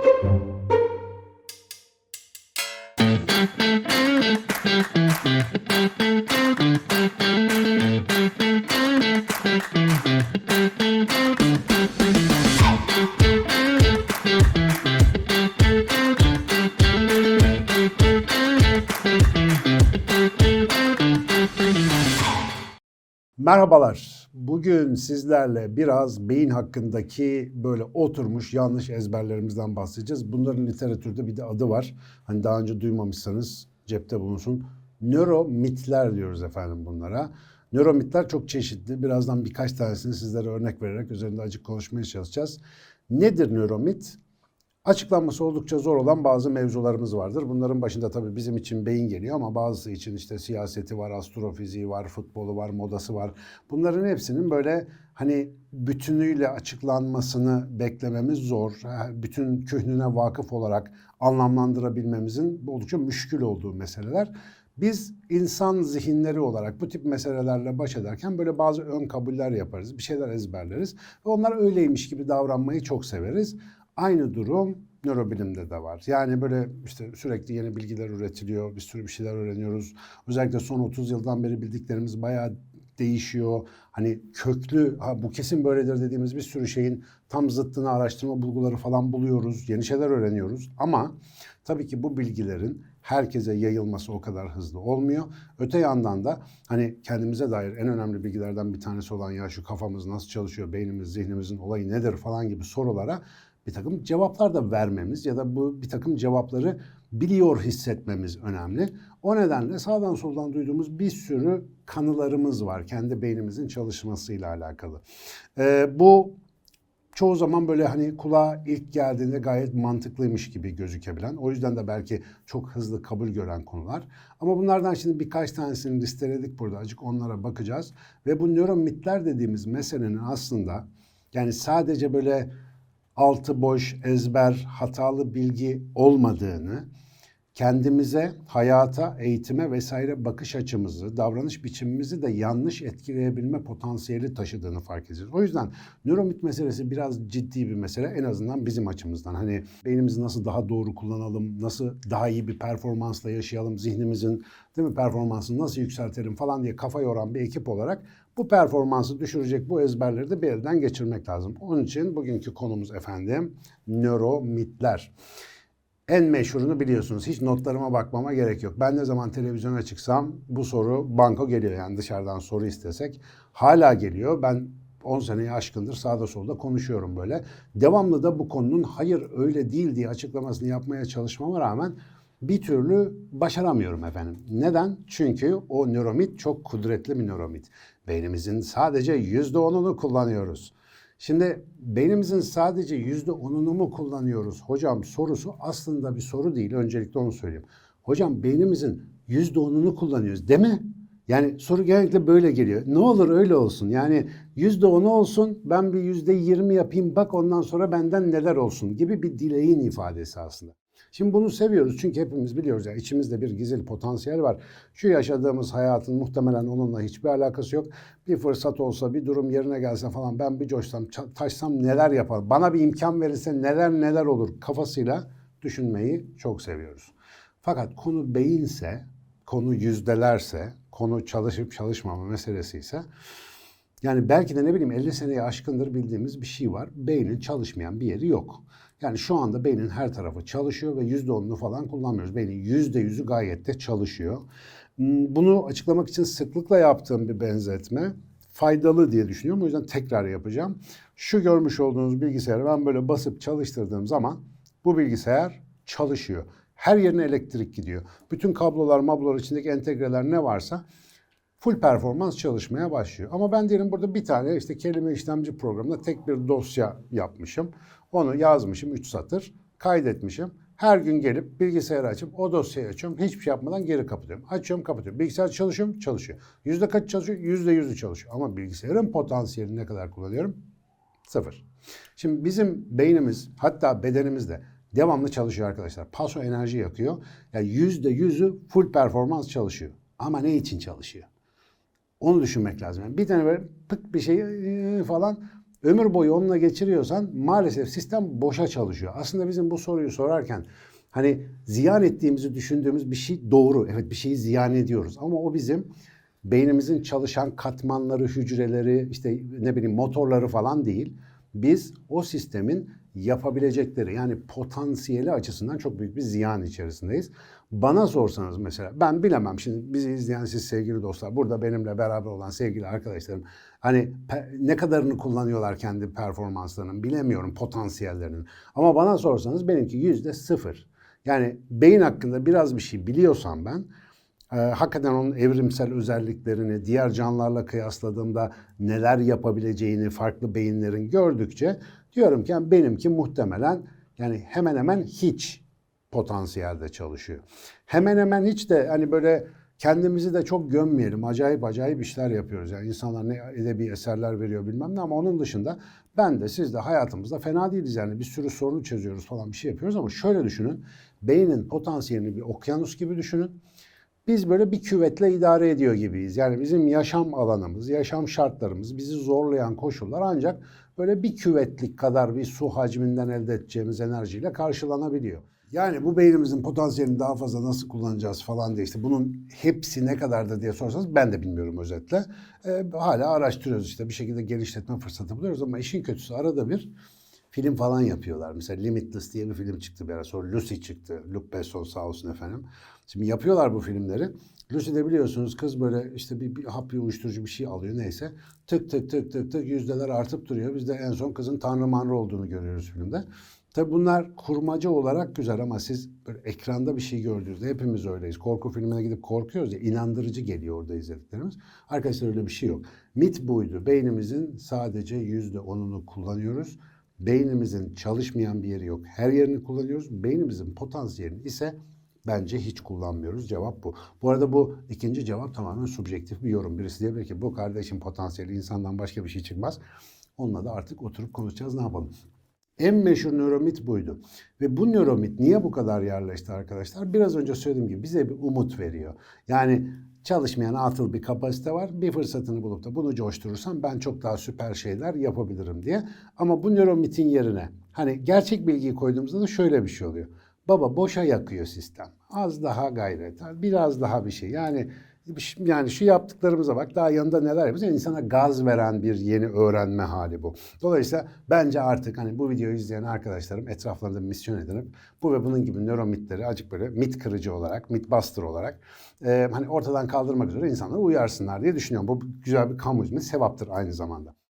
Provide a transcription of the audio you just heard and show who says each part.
Speaker 1: Merhabalar. Bugün sizlerle biraz beyin hakkındaki böyle oturmuş yanlış ezberlerimizden bahsedeceğiz. Bunların literatürde bir de adı var. Hani daha önce duymamışsanız cepte bulunsun. Nöromitler diyoruz efendim bunlara. Nöromitler çok çeşitli. Birazdan birkaç tanesini sizlere örnek vererek üzerinde açık konuşmaya çalışacağız. Nedir nöromit? Açıklanması oldukça zor olan bazı mevzularımız vardır. Bunların başında tabii bizim için beyin geliyor ama bazısı için işte siyaseti var, astrofiziği var, futbolu var, modası var. Bunların hepsinin böyle hani bütünüyle açıklanmasını beklememiz zor. Bütün köhnüne vakıf olarak anlamlandırabilmemizin oldukça müşkül olduğu meseleler. Biz insan zihinleri olarak bu tip meselelerle baş ederken böyle bazı ön kabuller yaparız, bir şeyler ezberleriz ve onlar öyleymiş gibi davranmayı çok severiz. Aynı durum nörobilimde de var. Yani böyle işte sürekli yeni bilgiler üretiliyor, bir sürü bir şeyler öğreniyoruz. Özellikle son 30 yıldan beri bildiklerimiz bayağı değişiyor. Hani köklü, bu kesin böyledir dediğimiz bir sürü şeyin tam zıttını araştırma bulguları falan buluyoruz. Yeni şeyler öğreniyoruz. Ama tabii ki bu bilgilerin herkese yayılması o kadar hızlı olmuyor. Öte yandan da hani kendimize dair en önemli bilgilerden bir tanesi olan ya şu kafamız nasıl çalışıyor, beynimiz, zihnimizin olayı nedir falan gibi sorulara bir takım cevaplar da vermemiz ya da bu bir takım cevapları biliyor hissetmemiz önemli. O nedenle sağdan soldan duyduğumuz bir sürü kanılarımız var kendi beynimizin çalışmasıyla alakalı. Bu çoğu zaman böyle hani kulağa ilk geldiğinde gayet mantıklıymış gibi gözükebilen, o yüzden de belki çok hızlı kabul gören konular. Ama bunlardan şimdi birkaç tanesini listeledik burada, azıcık onlara bakacağız. Ve bu nöromitler dediğimiz meselenin aslında yani sadece böyle altı boş, ezber, hatalı bilgi olmadığını, kendimize, hayata, eğitime vesaire bakış açımızı, davranış biçimimizi de yanlış etkileyebilme potansiyeli taşıdığını fark edeceğiz. O yüzden nöromit meselesi biraz ciddi bir mesele, en azından bizim açımızdan. Hani beynimizi nasıl daha doğru kullanalım, nasıl daha iyi bir performansla yaşayalım, zihnimizin değil mi, performansını nasıl yükseltelim falan diye kafa yoran bir ekip olarak bu performansı düşürecek bu ezberleri de bir elden geçirmek lazım. Onun için bugünkü konumuz efendim nöromitler. En meşhurunu biliyorsunuz. Hiç notlarıma bakmama gerek yok. Ben ne zaman televizyona çıksam bu soru banko geliyor. Yani dışarıdan soru istesek hala geliyor. Ben 10 seneyi aşkındır sağda solda konuşuyorum böyle. Devamlı da bu konunun hayır öyle değil diye açıklamasını yapmaya çalışmama rağmen bir türlü başaramıyorum efendim. Neden? Çünkü o nöromit çok kudretli bir nöromit. Beynimizin sadece %10'unu kullanıyoruz. Şimdi beynimizin sadece %10'unu mu kullanıyoruz hocam sorusu aslında bir soru değil. Öncelikle onu söyleyeyim. Hocam beynimizin %10'unu kullanıyoruz değil mi? Yani soru genellikle böyle geliyor. Ne olur öyle olsun. Yani %10'u olsun, ben bir %20 yapayım, bak ondan sonra benden neler olsun gibi bir dileğin ifadesi aslında. Şimdi bunu seviyoruz çünkü hepimiz biliyoruz ya, içimizde bir gizli potansiyel var. Şu yaşadığımız hayatın muhtemelen onunla hiçbir alakası yok. Bir fırsat olsa, bir durum yerine gelse falan ben bir coşsam, taşsam neler yaparım? Bana bir imkan verirse neler neler olur kafasıyla düşünmeyi çok seviyoruz. Fakat konu beyinse, konu yüzdelerse, konu çalışıp çalışmama meselesi ise yani belki de ne bileyim 50 seneye aşkındır bildiğimiz bir şey var. Beynin çalışmayan bir yeri yok. Yani şu anda beynin her tarafı çalışıyor ve %10'unu falan kullanmıyoruz. Beynin %100'ü gayet de çalışıyor. Bunu açıklamak için sıklıkla yaptığım bir benzetme faydalı diye düşünüyorum. O yüzden tekrar yapacağım. Şu görmüş olduğunuz bilgisayarı ben böyle basıp çalıştırdığım zaman bu bilgisayar çalışıyor. Her yerine elektrik gidiyor. Bütün kablolar, mablolar içindeki entegreler ne varsa full performans çalışmaya başlıyor. Ama ben diyelim burada bir tane işte kelime işlemci programında tek bir dosya yapmışım. Onu yazmışım 3 satır, kaydetmişim. Her gün gelip bilgisayarı açıp o dosyayı açıyorum. Hiçbir şey yapmadan geri kapatıyorum. Açıyorum, kapatıyorum. Bilgisayar çalışıyor mu? Çalışıyor. Yüzde kaç çalışıyor? %100'ü çalışıyor. Ama bilgisayarın potansiyelini ne kadar kullanıyorum? Sıfır. Şimdi bizim beynimiz, hatta bedenimiz de devamlı çalışıyor arkadaşlar. Paso enerji yakıyor. Yani %100'ü full performans çalışıyor. Ama ne için çalışıyor? Onu düşünmek lazım. Yani bir tane böyle pıt bir şey falan ömür boyu onunla geçiriyorsan maalesef sistem boşa çalışıyor. Aslında bizim bu soruyu sorarken hani ziyan ettiğimizi düşündüğümüz bir şey doğru. Evet, bir şeyi ziyan ediyoruz ama o bizim beynimizin çalışan katmanları, hücreleri, işte ne bileyim motorları falan değil. Biz o sistemin yapabilecekleri yani potansiyeli açısından çok büyük bir ziyan içerisindeyiz. Bana sorsanız mesela ben bilemem, şimdi bizi izleyen siz sevgili dostlar, burada benimle beraber olan sevgili arkadaşlarım hani ne kadarını kullanıyorlar kendi performanslarının bilemiyorum, potansiyellerinin. Ama bana sorsanız benimki %0. Yani beyin hakkında biraz bir şey biliyorsam ben hakikaten onun evrimsel özelliklerini diğer canlılarla kıyasladığımda neler yapabileceğini farklı beyinlerin gördükçe diyorum ki yani benimki muhtemelen yani hemen hemen hiç potansiyelde çalışıyor. Hemen hemen hiç de hani böyle kendimizi de çok gömmeyelim. Acayip acayip işler yapıyoruz. Yani insanlar ne edebi eserler veriyor bilmem ne, ama onun dışında ben de siz de hayatımızda fena değiliz. Yani bir sürü sorunu çözüyoruz falan, bir şey yapıyoruz ama şöyle düşünün. Beynin potansiyelini bir okyanus gibi düşünün. Biz böyle bir küvetle idare ediyor gibiyiz. Yani bizim yaşam alanımız, yaşam şartlarımız, bizi zorlayan koşullar ancak böyle bir küvetlik kadar bir su hacminden elde edeceğimiz enerjiyle karşılanabiliyor. Yani bu beynimizin potansiyelini daha fazla nasıl kullanacağız falan diye, işte bunun hepsi ne kadardır diye sorsanız ben de bilmiyorum özetle. Hala araştırıyoruz, işte bir şekilde genişletme fırsatı buluyoruz ama işin kötüsü arada bir film falan yapıyorlar. Mesela Limitless diye bir film çıktı bir ara. Sonra Lucy çıktı. Luc Besson sağ olsun efendim. Şimdi yapıyorlar bu filmleri. Lucy'de biliyorsunuz kız böyle işte bir hap, bir uyuşturucu bir şey alıyor neyse. Tık tık tık tık tık yüzdeler artıp duruyor. Biz de en son kızın tanrı manrı olduğunu görüyoruz filmde. Tabii bunlar kurmaca olarak güzel ama siz böyle ekranda bir şey gördüğünüzde, hepimiz öyleyiz. Korku filmine gidip korkuyoruz ya, inandırıcı geliyor orada izlediklerimiz. Arkadaşlar öyle bir şey yok. Mit buydu. Beynimizin sadece %10'unu kullanıyoruz. Beynimizin çalışmayan bir yeri yok. Her yerini kullanıyoruz. Beynimizin potansiyelini ise bence hiç kullanmıyoruz. Cevap bu. Bu arada bu ikinci cevap tamamen subjektif bir yorum. Birisi diyebilir ki bu kardeşin potansiyeli insandan başka bir şey çıkmaz. Onunla da artık oturup konuşacağız, ne yapalım. En meşhur nöromit buydu. Ve bu nöromit niye bu kadar yerleşti arkadaşlar? Biraz önce söylediğim gibi bize bir umut veriyor. Yani çalışmayan atıl bir kapasite var. Bir fırsatını bulup da bunu coşturursam ben çok daha süper şeyler yapabilirim diye. Ama bu nöromitin yerine hani gerçek bilgiyi koyduğumuzda da şöyle bir şey oluyor. Baba boşa yakıyor sistem. Az daha gayret, biraz daha bir şey. Yani şu yaptıklarımıza bak, daha yanında neler yapıyoruz. Yani insana gaz veren bir yeni öğrenme hali bu. Dolayısıyla bence artık hani bu videoyu izleyen arkadaşlarım etraflarında bir misyon edinip bu ve bunun gibi nöromitleri azıcık böyle mit kırıcı olarak, mitbuster olarak hani ortadan kaldırmak üzere insanları uyarsınlar diye düşünüyorum. Bu güzel bir kamu hizmeti, sevaptır aynı zamanda.